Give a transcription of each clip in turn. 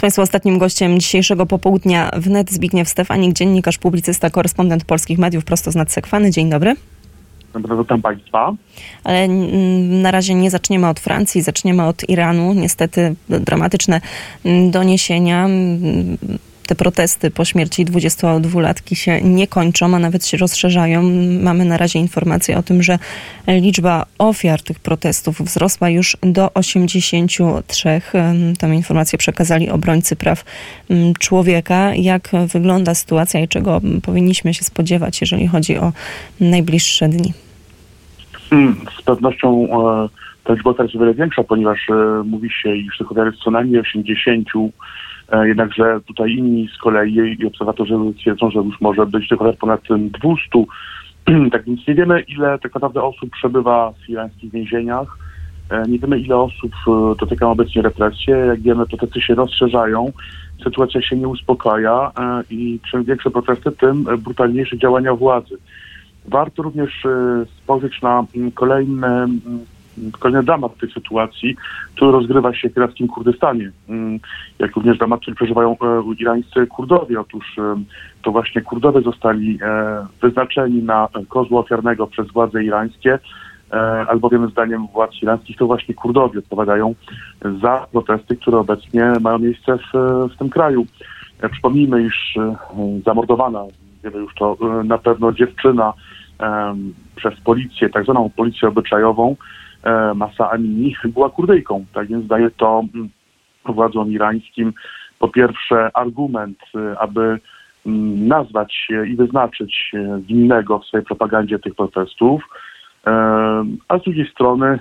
Państwa ostatnim gościem dzisiejszego popołudnia wnet Zbigniew Stefanik, dziennikarz, publicysta, korespondent Polskich Mediów prosto z Nadsekwany. Dzień dobry. Witam Państwa. Ale na razie nie zaczniemy od Francji, zaczniemy od Iranu. Niestety dramatyczne doniesienia. Te protesty po śmierci 22-latki się nie kończą, a nawet się rozszerzają. Mamy na razie informację o tym, że liczba ofiar tych protestów wzrosła już do 83. Tę informację przekazali obrońcy praw człowieka. Jak wygląda sytuacja i czego powinniśmy się spodziewać, jeżeli chodzi o najbliższe dni? Z pewnością ta liczba ofiar jest o wiele większa, ponieważ mówi się, iż tych ofiar jest co najmniej 80. Jednakże tutaj inni z kolei i obserwatorzy twierdzą, że już może być tych ofiar ponad 200. Tak więc nie wiemy, ile tak naprawdę osób przebywa w irańskich więzieniach. Nie wiemy, ile osób dotykają obecnie represje. Jak wiemy, protesty się rozszerzają, sytuacja się nie uspokaja i czym większe protesty, tym brutalniejsze działania władzy. Warto również spojrzeć na kolejny dramat tej sytuacji, który rozgrywa się w irackim Kurdystanie, jak również dramat, który przeżywają irańscy Kurdowie. Otóż to właśnie Kurdowie zostali wyznaczeni na kozła ofiarnego przez władze irańskie, albowiem zdaniem władz irańskich to właśnie Kurdowie odpowiadają za protesty, które obecnie mają miejsce w tym kraju. Przypomnijmy, iż zamordowana, wiemy już to na pewno dziewczyna przez policję, tak zwaną policję obyczajową, Mahsa Amini, była Kurdyjką. Tak więc daje to władzom irańskim po pierwsze argument, aby nazwać i wyznaczyć winnego w swojej propagandzie tych protestów, a z drugiej strony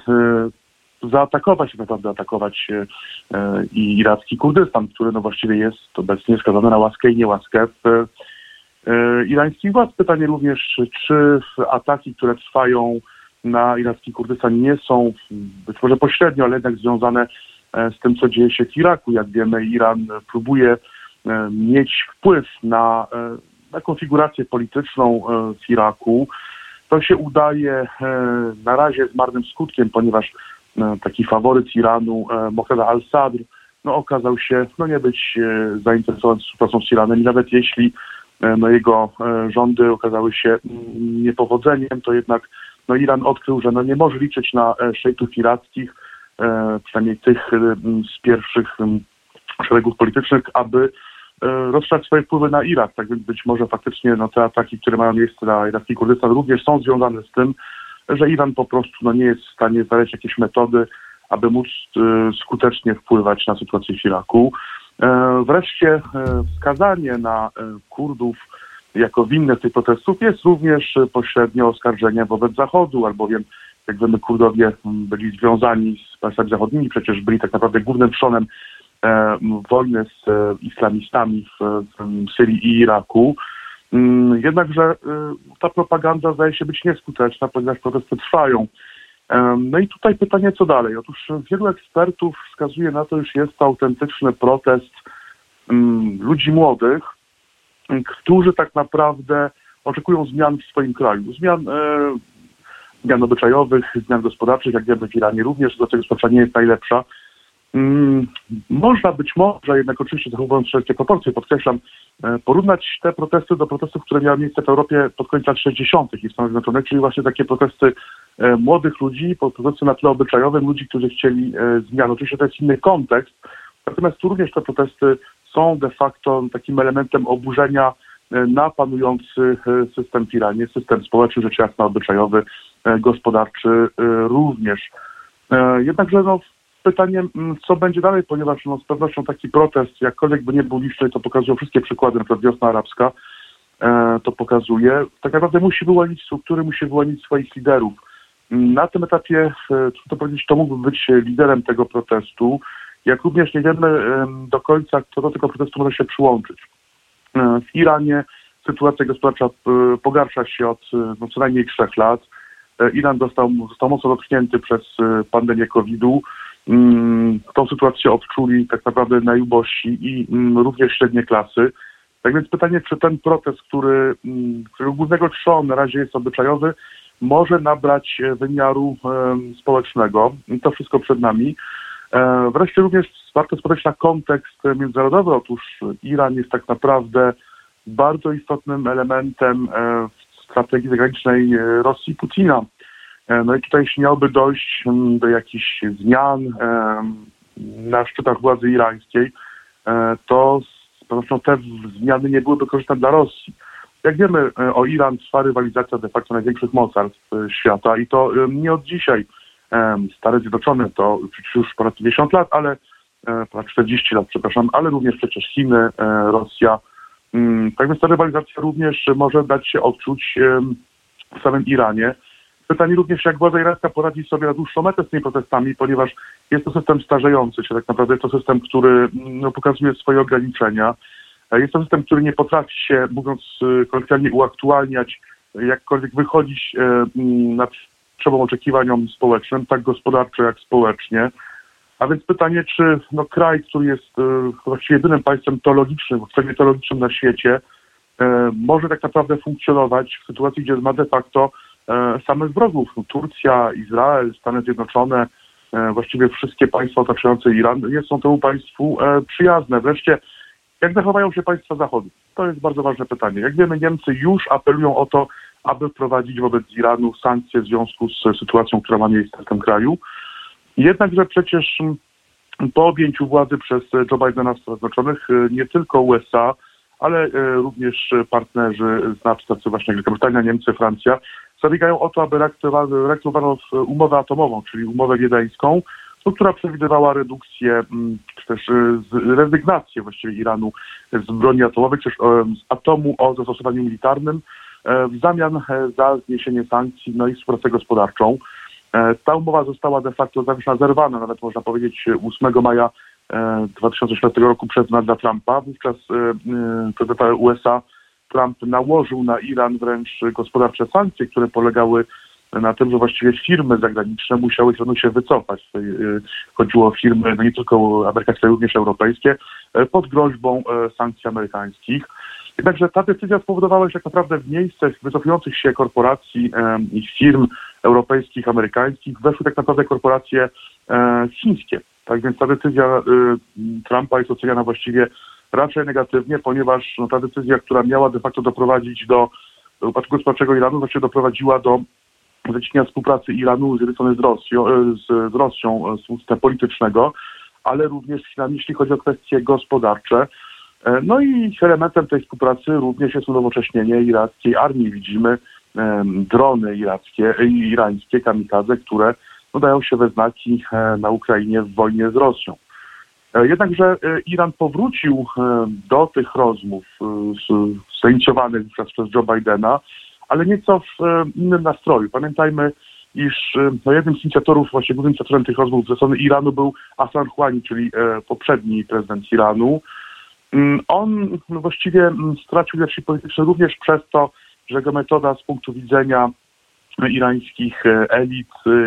atakować i iracki Kurdystan, który no właściwie jest obecnie skazany na łaskę i niełaskę irańskich władz. Pytanie również, czy ataki, które trwają na iracki Kurdystan, nie są być może pośrednio, ale jednak związane z tym, co dzieje się w Iraku. Jak wiemy, Iran próbuje mieć wpływ na konfigurację polityczną w Iraku. To się udaje na razie z marnym skutkiem, ponieważ taki faworyt Iranu, Moqtada al-Sadr, okazał się nie być zainteresowany współpracą z Iranem i nawet jeśli jego rządy okazały się niepowodzeniem, to jednak Iran odkrył, że nie może liczyć na szejków irackich, przynajmniej tych z pierwszych szeregów politycznych, aby rozszerzać swoje wpływy na Irak. Tak więc być może faktycznie te ataki, które mają miejsce na iracki Kurdystan, również są związane z tym, że Iran po prostu nie jest w stanie znaleźć jakieś metody, aby móc skutecznie wpływać na sytuację w Iraku. Wreszcie wskazanie na Kurdów jako winnych tych protestów jest również pośrednio oskarżeniem wobec Zachodu, albowiem, jak wiemy, Kurdowie byli związani z państwami zachodnimi, przecież byli tak naprawdę głównym trzonem wojny z islamistami w Syrii i Iraku. Jednakże ta propaganda zdaje się być nieskuteczna, ponieważ protesty trwają. No i tutaj pytanie, co dalej? Otóż wielu ekspertów wskazuje na to, że jest to autentyczny protest ludzi młodych, którzy tak naprawdę oczekują zmian w swoim kraju. Zmian obyczajowych, zmian gospodarczych, jak wiemy w Iranie również, sytuacja gospodarcza nie jest najlepsza. Można być może, jednak oczywiście zachowując wszelkie proporcje, podkreślam, porównać te protesty do protestów, które miały miejsce w Europie pod koniec lat 60. i w Stanach Zjednoczonych, czyli właśnie takie protesty młodych ludzi, protesty na tle obyczajowym, ludzi, którzy chcieli zmian. Oczywiście to jest inny kontekst, natomiast tu również te protesty są de facto takim elementem oburzenia na panujący system w Iranie, system społeczny, rzecz jasna obyczajowy, gospodarczy również. Jednakże pytanie, co będzie dalej, ponieważ z pewnością taki protest, jakkolwiek by nie był liczny, to pokazują wszystkie przykłady, na przykład wiosna arabska, to pokazuje, tak naprawdę musi wyłonić struktury, musi wyłonić swoich liderów. Na tym etapie, trudno powiedzieć, kto mógłby być liderem tego protestu, jak również nie wiemy do końca, kto do tego protestu może się przyłączyć. W Iranie sytuacja gospodarcza pogarsza się od co najmniej 3 lat. Iran został mocno dotknięty przez pandemię COVID-u. Tą sytuację odczuli tak naprawdę najubożsi i również średnie klasy. Tak więc pytanie, czy ten protest, którego głównego trzon na razie jest obyczajowy, może nabrać wymiaru społecznego. To wszystko przed nami. Wreszcie również warto spojrzeć na kontekst międzynarodowy. Otóż Iran jest tak naprawdę bardzo istotnym elementem w strategii zagranicznej Rosji i Putina. No i tutaj jeśli miałoby dojść do jakichś zmian na szczytach władzy irańskiej, to z pewnością te zmiany nie byłyby korzystne dla Rosji. Jak wiemy, o Iran trwa rywalizacja de facto największych mocarstw świata i to nie od dzisiaj. Stany Zjednoczone to przecież już ponad 50 lat, ale ponad 40 lat, przepraszam, ale również przecież Chiny, Rosja. Tak więc ta rywalizacja również może dać się odczuć w samym Iranie. Pytanie również, jak władza irańska poradzi sobie na dłuższą metę z tymi protestami, ponieważ jest to system starzejący się, tak naprawdę jest to system, który pokazuje swoje ograniczenia. Jest to system, który nie potrafi się, mówiąc kolokwialnie, uaktualniać, jakkolwiek wychodzić na potrzebom oczekiwaniom społecznym, tak gospodarczo jak społecznie. A więc pytanie, czy kraj, który jest właściwie jedynym państwem teologicznym, w teologicznym na świecie, może tak naprawdę funkcjonować w sytuacji, gdzie ma de facto samych wrogów. Turcja, Izrael, Stany Zjednoczone, właściwie wszystkie państwa otaczające Iran nie są temu państwu przyjazne. Wreszcie, jak zachowają się państwa Zachodu? To jest bardzo ważne pytanie. Jak wiemy, Niemcy już apelują o to, aby wprowadzić wobec Iranu sankcje w związku z sytuacją, która ma miejsce w tym kraju. Jednakże przecież po objęciu władzy przez Joe Bidena w Stanach Zjednoczonych nie tylko USA, ale również partnerzy znaczni, tacy właśnie Wielka Brytania, Niemcy, Francja, zabiegają o to, aby reaktywowano umowę atomową, czyli umowę wiedeńską, która przewidywała redukcję, czy też rezygnację właściwie Iranu z broni atomowej, czy też z atomu o zastosowaniu militarnym w zamian za zniesienie sankcji, no i współpracę gospodarczą. Ta umowa została de facto zerwana, nawet można powiedzieć 8 maja 2004 roku przez Donalda Trumpa. Wówczas prezydent USA Trump nałożył na Iran wręcz gospodarcze sankcje, które polegały na tym, że właściwie firmy zagraniczne musiały się wycofać. Chodziło o firmy no nie tylko amerykańskie, ale również europejskie, pod groźbą sankcji amerykańskich. Jednakże ta decyzja spowodowała, że tak naprawdę w miejsce wycofujących się korporacji i firm europejskich, amerykańskich weszły tak naprawdę korporacje chińskie. Tak więc ta decyzja Trumpa jest oceniana właściwie raczej negatywnie, ponieważ ta decyzja, która miała de facto doprowadzić do upadku gospodarczego Iranu, właściwie doprowadziła do zacieśnienia współpracy Iranu zjednoczonej z Rosją z ustępu politycznego, ale również jeśli chodzi o kwestie gospodarcze. No i elementem tej współpracy również jest unowocześnienie irackiej armii. Widzimy drony irańskie, kamikadze, które dają się we znaki na Ukrainie w wojnie z Rosją. Jednakże Iran powrócił do tych rozmów zainicjowanych przez Joe Bidena, ale nieco w innym nastroju. Pamiętajmy, iż jednym z inicjatorów, właśnie głównym inicjatorem tych rozmów ze strony Iranu był Hassan Rouhani, czyli poprzedni prezydent Iranu. On właściwie stracił lepszy polityczny również przez to, że jego metoda z punktu widzenia irańskich elit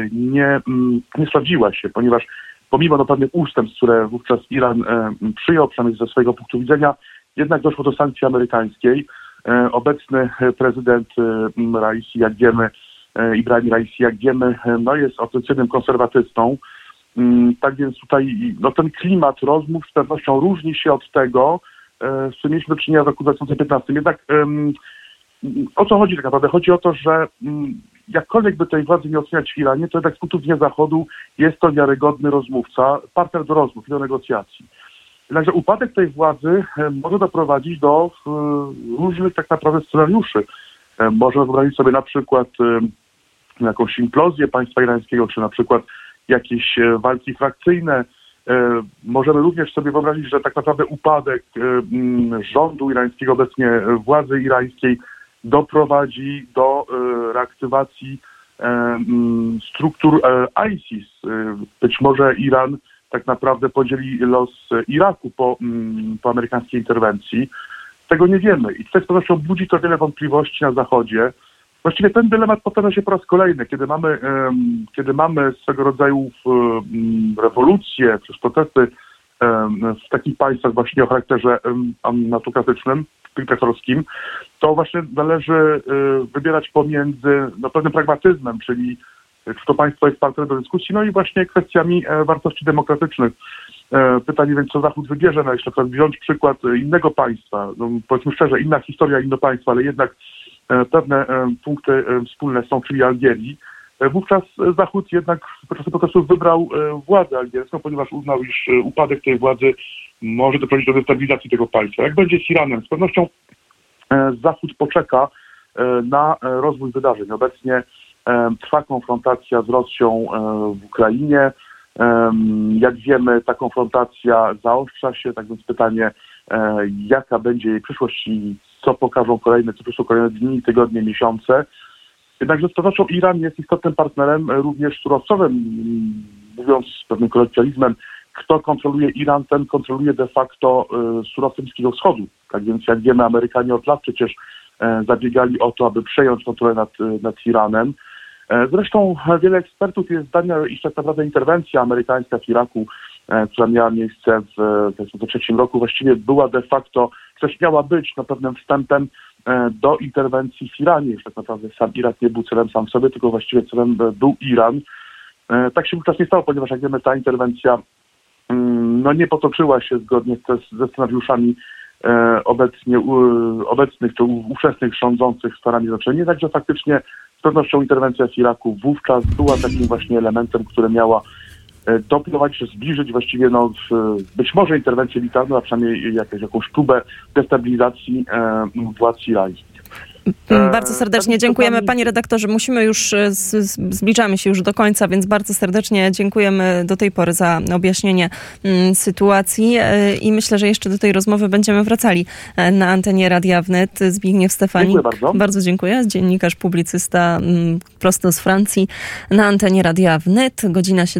nie sprawdziła się, ponieważ pomimo pewnych ustępstw, które wówczas Iran przyjął, przynajmniej ze swojego punktu widzenia, jednak doszło do sankcji amerykańskiej. Obecny prezydent Raisi, jak wiemy, Ibrahim Raisi, jak wiemy, jest oficjalnym konserwatystą. Tak więc tutaj ten klimat rozmów z pewnością różni się od tego, z którym mieliśmy do czynienia w roku 2015. Jednak o co chodzi tak naprawdę? Chodzi o to, że jakkolwiek by tej władzy nie oceniać w Iranie, to jednak z punktu widzenia Zachodu jest to wiarygodny rozmówca, partner do rozmów i do negocjacji. Jednakże upadek tej władzy może doprowadzić do różnych tak naprawdę scenariuszy. Można wyobrazić sobie na przykład jakąś implozję państwa irańskiego, czy na przykład jakieś walki frakcyjne. Możemy również sobie wyobrazić, że tak naprawdę upadek rządu irańskiego, obecnie władzy irańskiej, doprowadzi do reaktywacji struktur ISIS. Być może Iran tak naprawdę podzieli los Iraku po amerykańskiej interwencji. Tego nie wiemy i tutaj z pewnością budzi to wiele wątpliwości na Zachodzie. Właściwie ten dylemat powtarza się po raz kolejny, kiedy mamy swego rodzaju rewolucje czy protesty w takich państwach właśnie o charakterze autokratycznym, dyktatorskim, to właśnie należy wybierać pomiędzy pewnym pragmatyzmem, czyli czy to państwo jest partnerem do dyskusji, no i właśnie kwestiami wartości demokratycznych. Pytanie więc, co Zachód wybierze, no jeśli na przykład wziąć przykład innego państwa, no powiedzmy szczerze, inna historia, inne państwo, ale jednak pewne punkty wspólne są, czyli Algierii. Wówczas Zachód jednak po prostu wybrał władzę algierską, ponieważ uznał, iż upadek tej władzy może doprowadzić do destabilizacji tego państwa. Jak będzie z Iranem? Z pewnością Zachód poczeka na rozwój wydarzeń. Obecnie trwa konfrontacja z Rosją w Ukrainie. Jak wiemy, ta konfrontacja zaostrza się, tak więc pytanie, jaka będzie jej przyszłość i co pokażą kolejne dni, tygodnie, miesiące. Jednakże z pewnością Iran jest istotnym partnerem również surowcowym. Mówiąc z pewnym kolokwializmem, kto kontroluje Iran, ten kontroluje de facto surowce Bliskiego Wschodu. Tak więc jak wiemy, Amerykanie od lat przecież zabiegali o to, aby przejąć kontrolę nad Iranem. Zresztą wiele ekspertów jest zdania, iż tak naprawdę interwencja amerykańska w Iraku, która miała miejsce w 2003 roku, właściwie była de facto, też miała być pewnym wstępem do interwencji w Iranie. Już tak naprawdę sam Irak nie był celem sam w sobie, tylko właściwie celem był Iran. Tak się wówczas nie stało, ponieważ jak wiemy, ta interwencja nie potoczyła się zgodnie ze scenariuszami obecnych czy ówczesnych rządzących Stanami Zjednoczonymi. Jednakże faktycznie z pewnością interwencja w Iraku wówczas była takim właśnie elementem, który miała doprowadzić, zbliżyć właściwie być może interwencję militarną, a przynajmniej jakąś próbę destabilizacji władz irańskich. Bardzo serdecznie dziękujemy, panie redaktorze. Musimy już, zbliżamy się już do końca, więc bardzo serdecznie dziękujemy do tej pory za objaśnienie sytuacji i myślę, że jeszcze do tej rozmowy będziemy wracali na antenie Radia Wnet. Zbigniew Stefanik. Dziękuję bardzo. Bardzo dziękuję. Dziennikarz, publicysta prosto z Francji na antenie Radia Wnet. Godzina